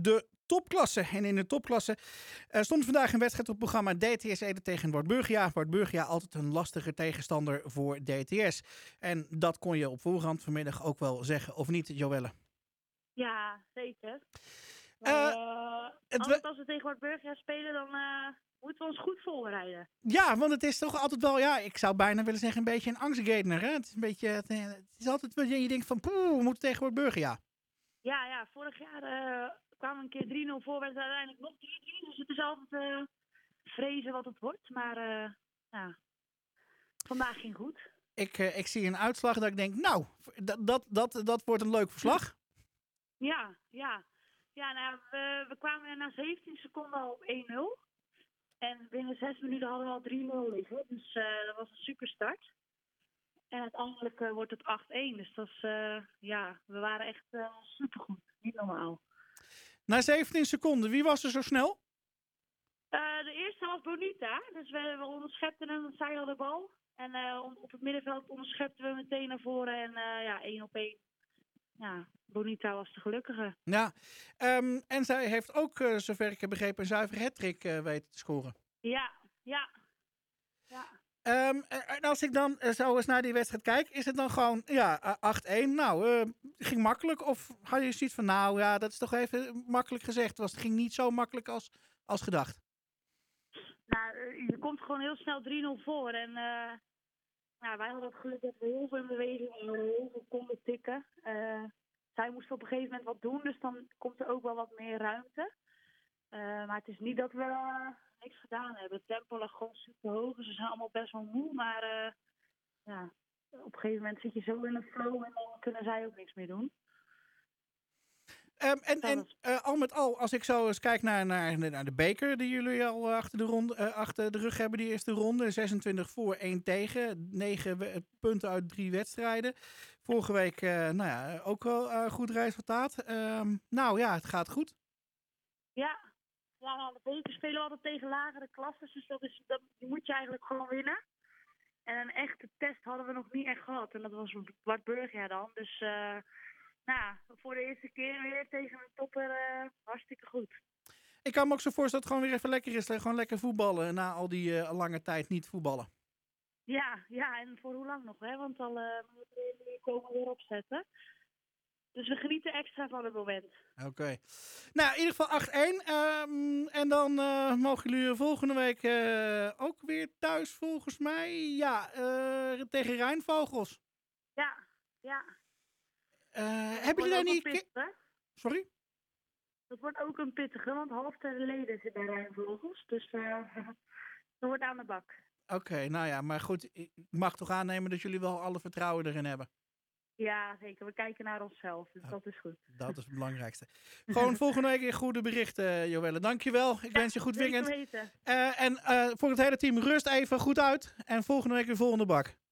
de topklasse. En in de topklasse stond vandaag een wedstrijd op het programma DTS Ede tegen Wartburgia. Wartburgia altijd een lastige tegenstander voor DTS. En dat kon je op voorhand vanmiddag ook wel zeggen, of niet, Joelle? Ja, zeker. Als we tegen Wartburgia spelen, dan moeten we ons goed voorbereiden. Ja, want het is toch altijd wel, ja, ik zou bijna willen zeggen, een beetje een angstgedner. Hè? Het is een beetje, het is altijd wat je denkt van, we moeten tegen Wartburgia. Ja, vorig jaar kwamen we een keer 3-0 voor, werd het uiteindelijk nog 3-3. Dus het is altijd vrezen wat het wordt. Maar vandaag ging goed. Ik zie een uitslag dat ik denk, nou, dat wordt een leuk verslag. Ja. Nou, we kwamen na 17 seconden al op 1-0. En binnen 6 minuten hadden we al 3-0 liggen. Dus dat was een super start. En uiteindelijk wordt het 8-1. Dus dat is, we waren echt supergoed. Niet normaal. Na 17 seconden, wie was er zo snel? De eerste was Bonita. Dus we onderschepten hem, zij had de bal. En op het middenveld onderschepten we meteen naar voren. En 1 op 1. Ja, Bonita was de gelukkige. Ja, en zij heeft ook, zover ik heb begrepen, een zuivere hattrick weten te scoren. Ja. En als ik dan zo eens naar die wedstrijd kijk, is het dan gewoon 8-1? Nou, ging makkelijk? Of had je zoiets van, nou ja, dat is toch even makkelijk gezegd. Het ging niet zo makkelijk als gedacht. Nou, je komt gewoon heel snel 3-0 voor. En wij hadden het geluk dat we heel veel in beweging waren, heel veel konden tikken. Zij moest op een gegeven moment wat doen, dus dan komt er ook wel wat meer ruimte. Maar het is niet dat we niks gedaan hebben. Het tempo lag gewoon super hoog. Ze zijn allemaal best wel moe. Maar op een gegeven moment zit je zo in een flow en dan kunnen zij ook niks meer doen. Al met al, als ik zo eens kijk naar de beker die jullie al achter de rug hebben, die eerste ronde. 26 voor, 1 tegen. 9 punten uit 3 wedstrijden. Vorige week ook wel een goed resultaat. Het gaat goed. Ja, de beker spelen we altijd tegen lagere klassen. Dus die moet je eigenlijk gewoon winnen. En een echte test hadden we nog niet echt gehad. En dat was Wartburgia dan. Dus voor de eerste keer weer tegen een topper hartstikke goed. Ik kan me ook zo voorstellen dat het gewoon weer even lekker is. Gewoon lekker voetballen na al die lange tijd niet voetballen. Ja, en voor hoe lang nog, hè? Want al moeten we komen weer opzetten. Dus we genieten extra van het moment. Oké. Nou, in ieder geval 8-1. En dan mogen jullie volgende week ook weer thuis, volgens mij. Ja, tegen Rijnvogels. Ja. Hebben jullie daar niet... Sorry? Dat wordt ook een pittige, want half ter leden zit bij Rijnvogels. Dus dat wordt aan de bak. Oké, nou ja, maar goed. Ik mag toch aannemen dat jullie wel alle vertrouwen erin hebben? Ja, zeker. We kijken naar onszelf, dus dat is goed. Dat is het belangrijkste. Gewoon volgende week een goede berichten, Joelle. Dankjewel. Ik wens je goed weekend. En voor het hele team, rust even goed uit. En volgende week weer vol in de bak.